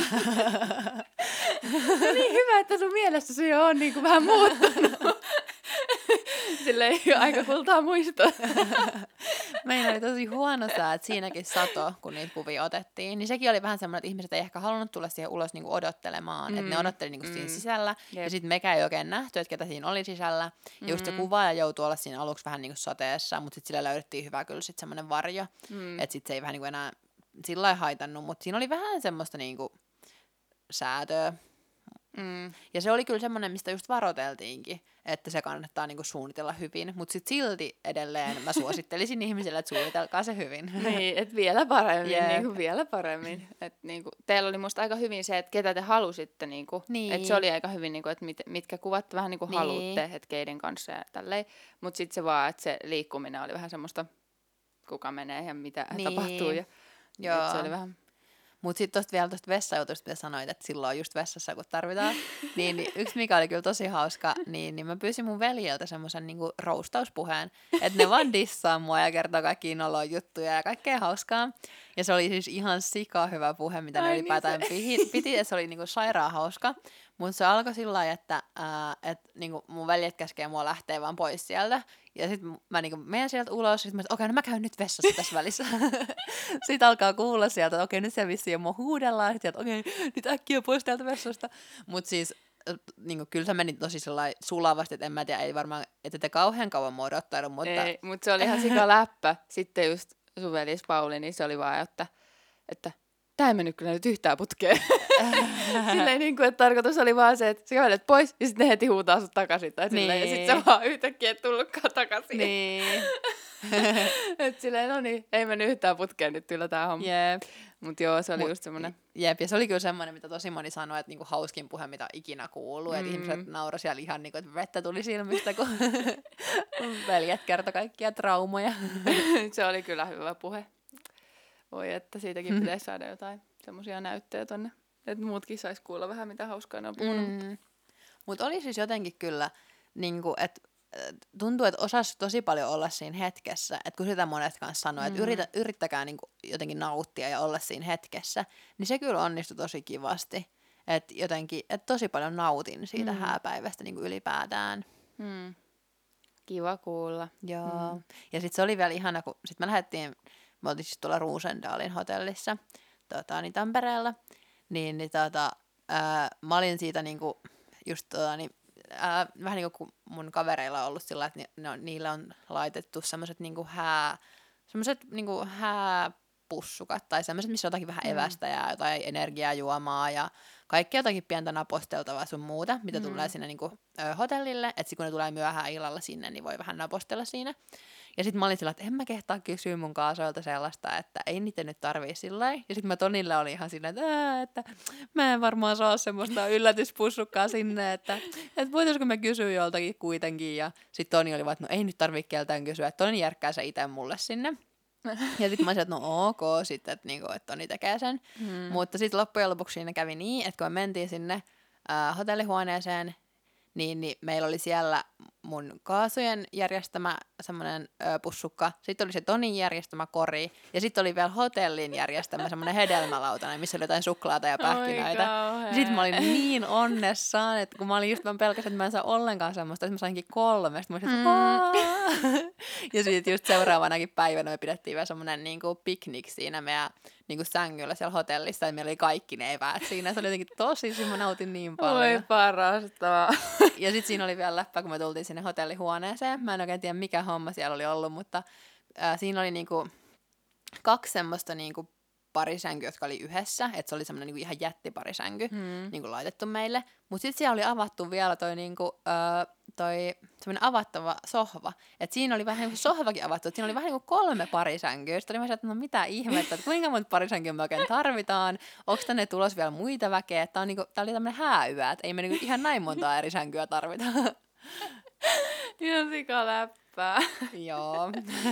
No niin hyvä, että sun mielestä se jo on niinku vähän muuttunut. Silleen aika kultaa muistoa. Meillä oli tosi huono sää, että siinäkin sato, kun niitä kuvia otettiin. Niin sekin oli vähän semmoinen, että ihmiset ei ehkä halunnut tulla siihen ulos niinku odottelemaan. Että ne odotteli niinku siinä sisällä. Jep. Ja sitten mekään ei oikein nähty, että ketä siinä oli sisällä. Ja just se kuvaaja joutui olla siinä aluksi vähän niinku sateessa, mutta sitten sillä löydettiin hyvä kyllä sitten semmoinen varjo. Että sitten se ei vähän niinku enää sillä lailla haitannut. Mutta siinä oli vähän semmoista niinku säätöä. Ja se oli kyllä semmoinen, mistä just varoteltiinkin, että se kannattaa niinku suunnitella hyvin, mutta sitten silti edelleen mä suosittelisin ihmisille, että suunnitelkaa se hyvin. Niin, että vielä paremmin, niinku vielä paremmin. Et niinku, teillä oli musta aika hyvin se, että ketä te halusitte, niinku, että se oli aika hyvin, niinku, että mitkä kuvat vähän niinku haluatte, että keiden kanssa ja tälleen, mutta sitten se vaan, että se liikkuminen oli vähän semmoista, kuka menee ja mitä tapahtuu ja se oli vähän. Mutta sitten vielä tuosta vessajutusta, mitä sanoit, että silloin on just vessassa, kun tarvitaan. niin yksi, mikä oli kyllä tosi hauska, niin mä pyysin mun veljeltä semmoisen niinku roustauspuheen, että ne vaan dissaa mua ja kertoo kaikkia noloja juttuja ja kaikkea hauskaa. Ja se oli siis ihan sika hyvä puhe, mitä ne ylipäätään piti, että se oli niinku sairaan hauska. Mutta se alkoi sillä lailla, että niinku mun veljet käskee mua lähteä vaan pois sieltä. Ja sitten mä niinku menen sieltä ulos, ja sitten mä okei, no mä käyn nyt vessassa tässä välissä. Sitten alkaa kuulla sieltä, että okei, nyt se vissiin mua huudellaan. Sitten okei, nyt äkkiä pois täältä vessasta. Mutta siis niinku, kyllä se meni tosi sulavasti, että en mä tiedä, ei varmaan, että te kauhean kauan mua odottanut. Mutta ei, mutta se oli ihan sika läppä. Sitten just sun velis Pauli, niin se oli vaan, että tää ei mennyt kyllä nyt yhtään putkeen. Silleen niin kuin, että tarkoitus oli vaan se, että sä kävelet pois ja sitten ne heti huutaa sut takaisin. Tai silleen, ja sitten se vaan yhtäkkiä et tullutkaan takaisin. Niin. Että silleen, no niin, ei mennyt yhtään putkeen nyt kyllä tää homma. Jep. Mut joo, se oli just semmonen. Jep, ja se oli kyllä semmoinen, mitä tosi moni sanoi, että niinku hauskin puhe, mitä ikinä kuuluu. Että ihmiset nauroi siellä ihan niinku, että vettä tuli silmistä, kun veljet kertoi kaikkia traumoja. Se oli kyllä hyvä puhe. Voi, että siitäkin pitäisi saada jotain semmoisia näyttöjä tonne, että muutkin sais kuulla vähän, mitä hauskaa ne on puhunut. Mutta oli siis jotenkin kyllä, niinku, että tuntuu, että osasi tosi paljon olla siinä hetkessä. Että kun sitä monet kanssa sanoo, että yrittäkää niinku jotenkin nauttia ja olla siinä hetkessä, niin se kyllä onnistui tosi kivasti. Että jotenkin, että tosi paljon nautin siitä hääpäivästä niinku ylipäätään. Kiva kuulla. Joo. Ja sitten se oli vielä ihana, kun sit me oltiin siis tuolla Roosendalin hotellissa niin Tampereella, mä olin siitä niinku just vähän niin kuin mun kavereilla on ollut sillä, että niillä on laitettu semmoiset niinku hääpussukat tai semmoiset, missä on jotakin vähän evästä ja jotain energiajuomaa ja kaikkea jotakin pientä naposteltavaa sun muuta, mitä tulee sinne niinku, hotellille, että kun ne tulee myöhään illalla sinne, niin voi vähän napostella siinä. Ja sitten mä olin sillä, että en mä kehtaa kysyä mun kaasoilta sellaista, että ei niitä nyt tarvii sillä lailla. Ja sitten mä Tonille olin ihan silleen, että mä en varmaan saa semmoista yllätyspussukkaa sinne, että voitaisko me kysyä joltakin kuitenkin. Ja sitten Toni oli vaan, että no ei nyt tarvii keltään kysyä, että Toni järkkää se itse mulle sinne. Ja sitten mä olisin, että no ok, sitten, että Toni tekee sen. Mutta sitten loppujen lopuksi siinä kävi niin, että kun me mentiin sinne hotellihuoneeseen, niin meillä oli siellä mun kaasujen järjestämä semmoinen pussukka, sitten oli se Tonin järjestämä kori, ja sitten oli vielä hotellin järjestämä semmoinen hedelmälautanen, missä oli jotain suklaata ja pähkinöitä. Sitten mä olin niin onnessaan, että kun mä pelkäsin, että mä en saa ollenkaan semmoista, että mä sainkin 3, sitten mä olisin, ja sitten just seuraavanakin päivänä me pidettiin vielä semmoinen niinku piknik siinä meidän niinku sängyllä siellä hotellissa, ja meillä oli kaikki ne eväät siinä. Se oli jotenkin tosi, mä nautin niin paljon. Oi parasta. Ja sitten siinä oli vielä läppä, kun me tultiin sinne hotellihuoneeseen. Mä en oikein tiedä, mikä homma siellä oli ollut, mutta siinä oli niinku 2 semmoista niinku parisänkyä, jotka oli yhdessä. Että se oli semmoinen niinku ihan jättiparisänky niinku laitettu meille. Mutta sitten siellä oli avattu vielä toi semmoinen avattava sohva. Että siinä oli vähän niin kuin sohvakin avattu. Että siinä oli vähän niin kuin 3 parisänkyä. Sitten oli vähän että no mitä ihmettä, että kuinka monta parisänkyä me oikein tarvitaan. Onko tänne tulos vielä muita väkeä? Tää oli tämmöinen hääyö, että ei me niinku ihan näin montaa eri sänkyä tarvita. Ihan sikaläppää. Joo.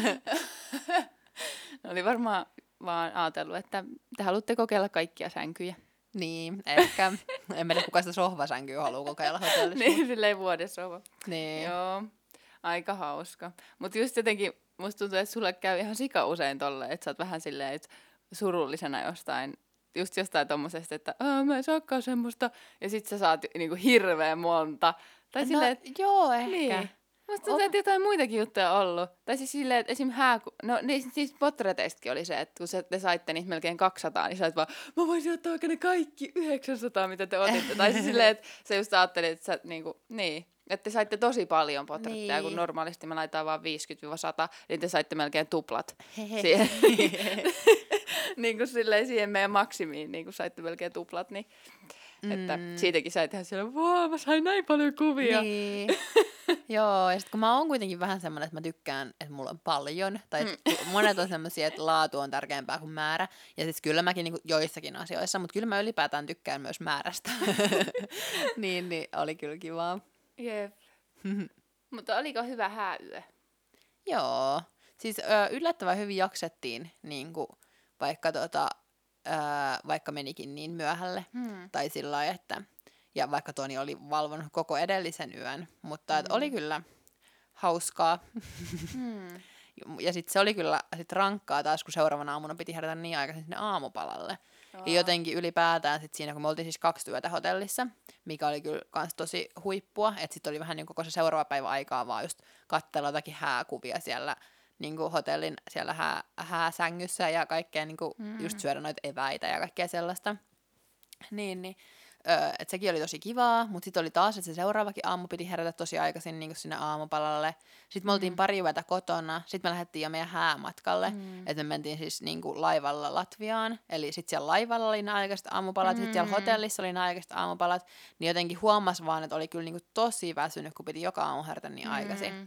Ne oli varmaan vaan ajatellut, että te haluatte kokeilla kaikkia sänkyjä. Niin, ehkä. En tiedä, kuka sitä sohvasänkyä haluaa kokeilla hotellissa. Niin, silleen vuodessohva. Niin. Joo, aika hauska. Mutta just jotenkin musta tuntuu, että sulle käy ihan sika usein tolle, että sä oot vähän silleen surullisena jostain tommosesta, että mä en saakaan semmoista, ja sit sä saat niinku hirveän monta. Tai silleen, että joo, ehkä. Niin. Musta tuntuu, että jotain muitakin juttuja on ollut. Tai siis silleen, että esim. No siis potreteistäkin oli se, että kun te saitte niitä melkein 200, niin sä olet vaan, mä voisin ottaa vaikka ne kaikki 900, mitä te otitte. Tai siis silleen, että sä just ajattelit, että sä että te saitte tosi paljon potretteja, kun normaalisti me laitetaan vaan 50-100, niin te saitte melkein tuplat siihen. Niin kuin silleen siihen meidän maksimiin, niin kuin saitte melkein tuplat, niin että siitäkin sä et ihan siellä, vaan mä sain näin paljon kuvia. Niin. Joo, ja sit kun mä oon kuitenkin vähän semmoinen, että mä tykkään, että mulla on paljon, tai monet on semmoisia, että laatu on tärkeämpää kuin määrä, ja siis kyllä mäkin niin joissakin asioissa, mutta kyllä mä ylipäätään tykkään myös määrästä. niin oli kyllä kivaa. Jep. Mutta oliko hyvä hääyö? Joo, siis yllättävän hyvin jaksettiin, niin kuin, vaikka menikin niin myöhälle, tai sillä lailla, että ja vaikka Toni oli valvonut koko edellisen yön, mutta oli kyllä hauskaa. Ja sitten se oli kyllä rankkaa taas, kun seuraavana aamuna piti herätä niin aikaisin sinne aamupalalle. Ja jotenkin ylipäätään sit siinä, kun me oltiin siis 2 yötä hotellissa, mikä oli kyllä kans tosi huippua, että sitten oli vähän niin koko se seuraava päivä aikaa vaan just katsella jotakin hääkuvia siellä niin kuin hotellin siellä hääsängyssä ja kaikkea niin kuin just syödä noita eväitä ja kaikkea sellaista. Että sekin oli tosi kivaa, mutta sitten oli taas, että se seuraavakin aamu piti herätä tosi aikaisin niin sinne aamupalalle. Sitten me oltiin pari yötä kotona, sitten me lähdettiin jo meidän häämatkalle, että me mentiin siis niin kuin laivalla Latviaan. Eli sitten siellä laivalla oli ne aikaiset aamupalat, sitten siellä hotellissa oli ne aikaiset aamupalat, niin jotenkin huomasi vaan, että oli kyllä niin kuin tosi väsynyt, kun piti joka aamu herätä niin aikaisin.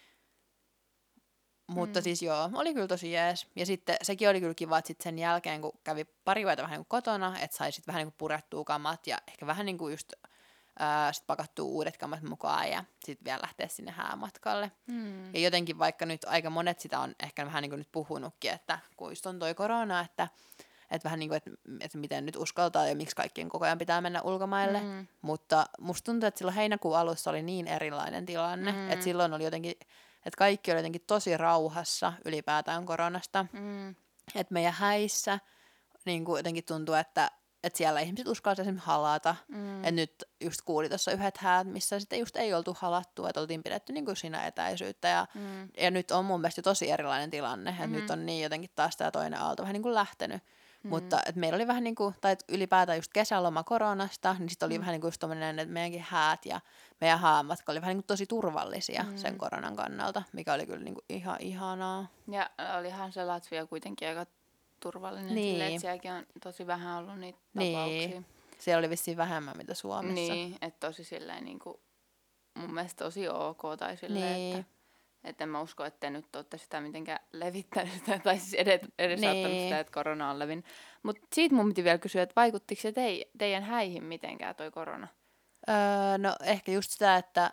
Mutta siis joo, oli kyllä tosi jees. Ja sitten sekin oli kyllä kiva, että sitten sen jälkeen, kun kävi pari yötä vähän niin kuin kotona, että sai sitten vähän niin kuin purettua kamat ja ehkä vähän niin kuin just sit pakattua uudet kamat mukaan ja sitten vielä lähteä sinne häämatkalle. Ja jotenkin vaikka nyt aika monet sitä on ehkä vähän niin kuin nyt puhunutkin, että kun just on toi korona, että vähän niin kuin, että miten nyt uskaltaa ja miksi kaikkien koko ajan pitää mennä ulkomaille. Mutta musta tuntuu, että silloin heinäkuun alussa oli niin erilainen tilanne, että silloin oli jotenkin että kaikki oli jotenkin tosi rauhassa ylipäätään koronasta. Että meidän häissä niin kuin jotenkin tuntuu, että että siellä ihmiset uskalsivat esimerkiksi halata. Että nyt just kuuli tuossa yhdet häät, missä sitten just ei oltu halattu, että oltiin pidetty niin kuin siinä etäisyyttä. Ja nyt on mun mielestä tosi erilainen tilanne, että nyt on niin jotenkin taas tämä toinen aalto vähän niin kuin lähtenyt. Mutta että meillä oli vähän niin kuin, tai ylipäätään just kesäloma koronasta, niin sitten oli vähän niin kuin just tommoinen, että meidänkin häät ja meidän häämatka oli vähän niin kuin tosi turvallisia sen koronan kannalta, mikä oli kyllä niin kuin ihan ihanaa. Ja olihan se Latvia kuitenkin aika turvallinen Niin. silleen, että sielläkin on tosi vähän ollut niitä tapauksia. Niin. Siellä oli vissiin vähemmän mitä Suomessa. Niin, että tosi silleen niin kuin, mun mielestä tosi ok tai silleen, Niin. että en mä usko, että te nyt olette sitä mitenkään levittänyt sitä, tai siis edesauttanut Niin. sitä, että korona on levinnyt. Mutta siitä mun piti vielä kysyä, että vaikuttiko se teidän häihin mitenkään toi korona? No ehkä just sitä, että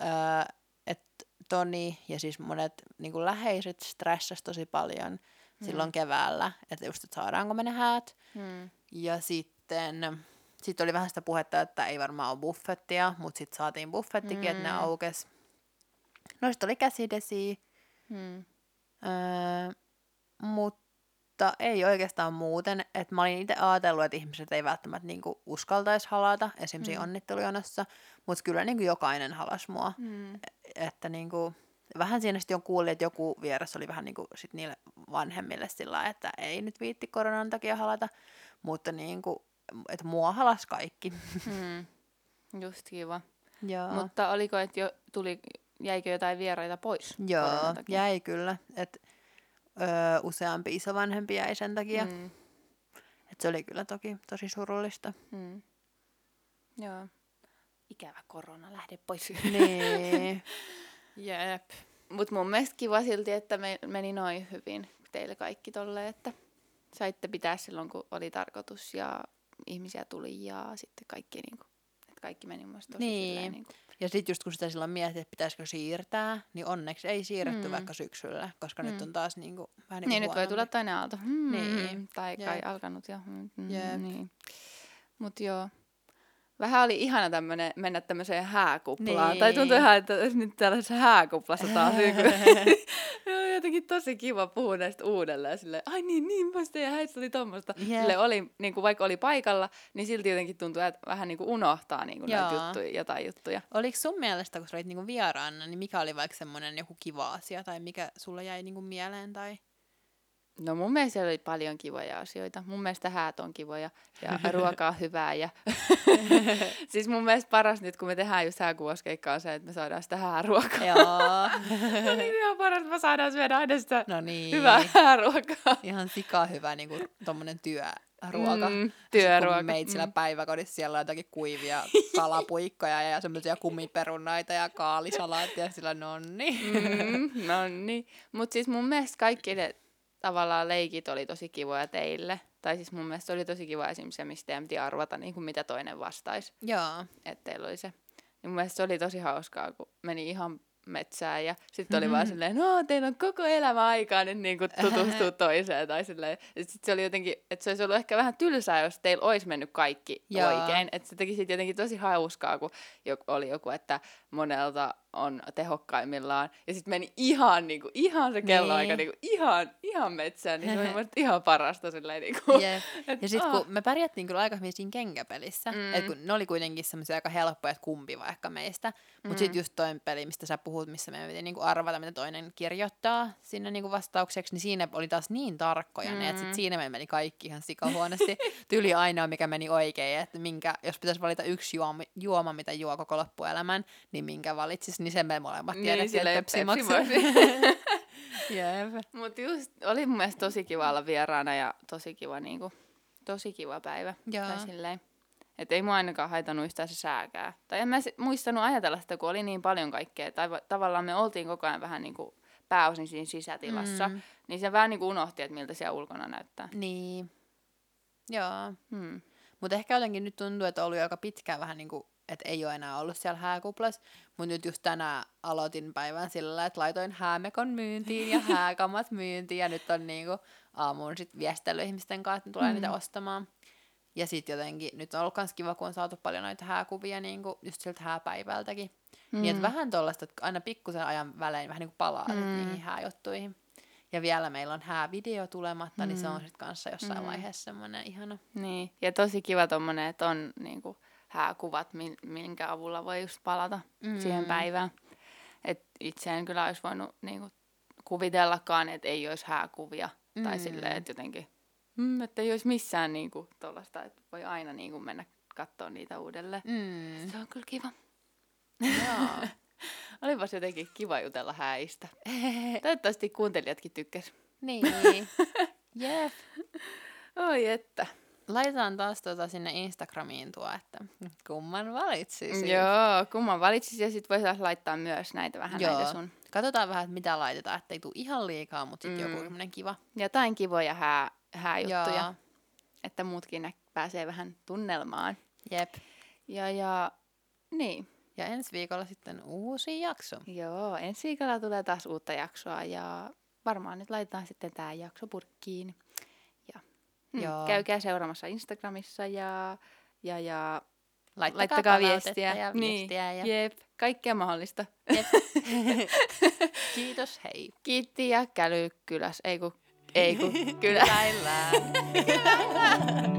Toni ja siis monet niin kuin läheiset stressasi tosi paljon silloin keväällä, että just, että saadaanko me ne häät. Ja sitten oli vähän sitä puhetta, että ei varmaan ole buffettia, mutta sitten saatiin buffettikin, että ne aukesi. No sitten oli käsidesiä, mutta ei oikeastaan muuten. Että mä olin itse ajatellut, että ihmiset ei välttämättä niinku uskaltaisi halata esimerkiksi onnittelujonossa, mutta kyllä niinku jokainen halasi mua. Että niinku, vähän siinä sitten kuulin, että joku vieras oli vähän niinku sit niille vanhemmille sillä, että ei nyt viitti koronan takia halata, mutta niinku, että mua halas kaikki. Just kiva. Joo. Mutta oliko, että jäikö jotain vieraita pois? Joo, jäi kyllä. Et, useampi isovanhempi jäi sen takia. Et se oli kyllä tosi surullista. Joo. Ikävä korona, lähde pois. Niin. Jep. Mut mun mielestä kiva silti, että meni noin hyvin teille kaikki tolleen, että saitte pitää silloin, kun oli tarkoitus ja ihmisiä tuli ja sitten kaikki, niinku, että kaikki meni mun mielestä tosi silleen. Niinku. Ja sitten just kun sitä silloin mietin, että pitäisikö siirtää, niin onneksi ei siirretty vaikka syksyllä, koska nyt on taas niinku, vähän niin kuin nyt voi tulla toinen aalto. Niin. Tai kai alkanut jo. Niin. Mut joo. Vähän oli ihana mennä tämmöiseen hääkuplaan. Niin. Tai tuntui ihan, että nyt tällaisessa hääkuplassa taas. Jotenkin tosi kiva puhua näistä uudelleen. Silleen, ai niin, pois teidän häissä oli tommoista. Silleen oli, niin kuin vaikka oli paikalla, niin silti jotenkin tuntui, että vähän niin kuin unohtaa niin kuin näitä jotain juttuja. Oliko sun mielestä, kun sä olit niin kuin vieraana, niin mikä oli vaikka semmoinen joku kiva asia, tai mikä sulla jäi niin kuin mieleen? Tai... No mun mielestä siellä oli paljon kivoja asioita. Mun mielestä häät on kivoja ja ruoka on hyvää. Ja siis mun mielestä paras nyt, kun me tehdään just hääkuvauskeikkaa, on se, että me saadaan sitä hääruokaa. Joo. Niin ihan paras, että me saadaan syödä aina sitä hyvää hääruokaa. Ihan sika hyvä niin kuin tommonen työruoka. Työruoka. Kun meitsillä päiväkodissa siellä on jotakin kuivia kalapuikkoja ja semmoisia kumiperunaita ja kaalisalaattia ja sillä nonni. Nonni. Mut siis mun mielestä kaikki ne tavallaan leikit oli tosi kivoja teille. Tai siis mun mielestä oli tosi kiva esimerkiksi se, mistä teidän piti arvata, niin kuin mitä toinen vastaisi. Joo. Että teillä oli se. Niin mun mielestä se oli tosi hauskaa, kun meni ihan metsään ja sitten oli vaan silleen, no teillä on koko elämä aikaa nyt niin kuin tutustua toiseen. Tai silleen. Ja sitten se oli jotenkin, että se olisi ollut ehkä vähän tylsää, jos teillä olisi mennyt kaikki oikein. Että se teki sitten jotenkin tosi hauskaa, kun oli joku, että monelta on tehokkaimmillaan. Ja sitten meni ihan se kelloaika, ihan metsään. Niin se oli mun ihan parasta silleen. Ja sitten kun me pärjättiin kyllä aika hyvin siinä kenkäpelissä. Että kun ne oli kuitenkin semmoisia aika helppoja, että kumpi vaikka meistä. Mutta sitten just toi peli, mistä sä puhut, missä me piti niinku arvata, mitä toinen kirjoittaa sinne niinku vastaukseksi, niin siinä oli taas niin tarkkoja ne, että sit siinä me meni kaikki ihan sikahuonosti. Tyyli ainoa, mikä meni oikein, että jos pitäisi valita yksi juoma, mitä juo koko loppuelämän, niin minkä valitsis, niin sen me molemmat tiedettiin, että Pepsi Max. Mutta just oli mun mielestä tosi kiva olla vieraana ja tosi kiva päivä. Tai silleen. Että ei mua ainakaan haitannut yhtään se sääkää. Tai en mä muistanut ajatella sitä, kun oli niin paljon kaikkea. Tai tavallaan me oltiin koko ajan vähän niin kuin pääosin siinä sisätilassa. Niin se vähän niin kuin unohti, että miltä siellä ulkona näyttää. Niin. Joo. Mutta ehkä jotenkin nyt tuntuu, että on ollut aika pitkään vähän niin kuin, että ei ole enää ollut siellä hääkuplassa. Mutta nyt just tänään aloitin päivän sillä, että laitoin häämekon myyntiin ja hääkammat myyntiin. Ja nyt on niinku aamuun sit viestellyt ihmisten kanssa, että tulee niitä ostamaan. Ja sit jotenkin, nyt on ollut kans kiva, kun on saatu paljon noita hääkuvia niinku just siltä hääpäivältäkin. Niin että vähän tollaista, että aina pikkusen ajan välein vähän niinku palaa niihin hääjuttuihin. Ja vielä meillä on häävideo tulematta, niin se on sitten kanssa jossain vaiheessa semmoinen ihana. Niin, ja tosi kiva tommonen, että on niinku hääkuvat, minkä avulla voi just palata siihen päivään. Et itse en kyllä olisi voinut niinku kuvitellakaan, että ei olisi hääkuvia. Tai silleen, että jotenkin, että ei olisi missään niinku tollaista, että voi aina niinku mennä katsoa niitä uudelleen. Se on kyllä kiva. Joo. Olipas jotenkin kiva jutella häistä. Toivottavasti kuuntelijatkin tykkäs. Niin. Jep. Oi että. Laitetaan taas sinne Instagramiin että kumman valitsisit. Joo, kumman valitsisit ja sit voisi laittaa myös näitä vähän näitä sun. Katsotaan vähän, että mitä laitetaan, ettei tule ihan liikaa, mutta sitten joku semmoinen kiva. Jotain kivoja hääjuttuja, että muutkin pääsee vähän tunnelmaan. Jep. Ja niin. Ja ensi viikolla sitten uusi jakso. Joo, ensi viikolla tulee taas uutta jaksoa ja varmaan nyt laitetaan sitten tää jakso purkkiin. Ja käykää seuraamassa Instagramissa ja laittakaa viestiä. Ja viestiä. Niin, jep, kaikkea mahdollista. Jep. Kiitos, hei. Kiitti ja kälykkyläs, ei kun kyläillään.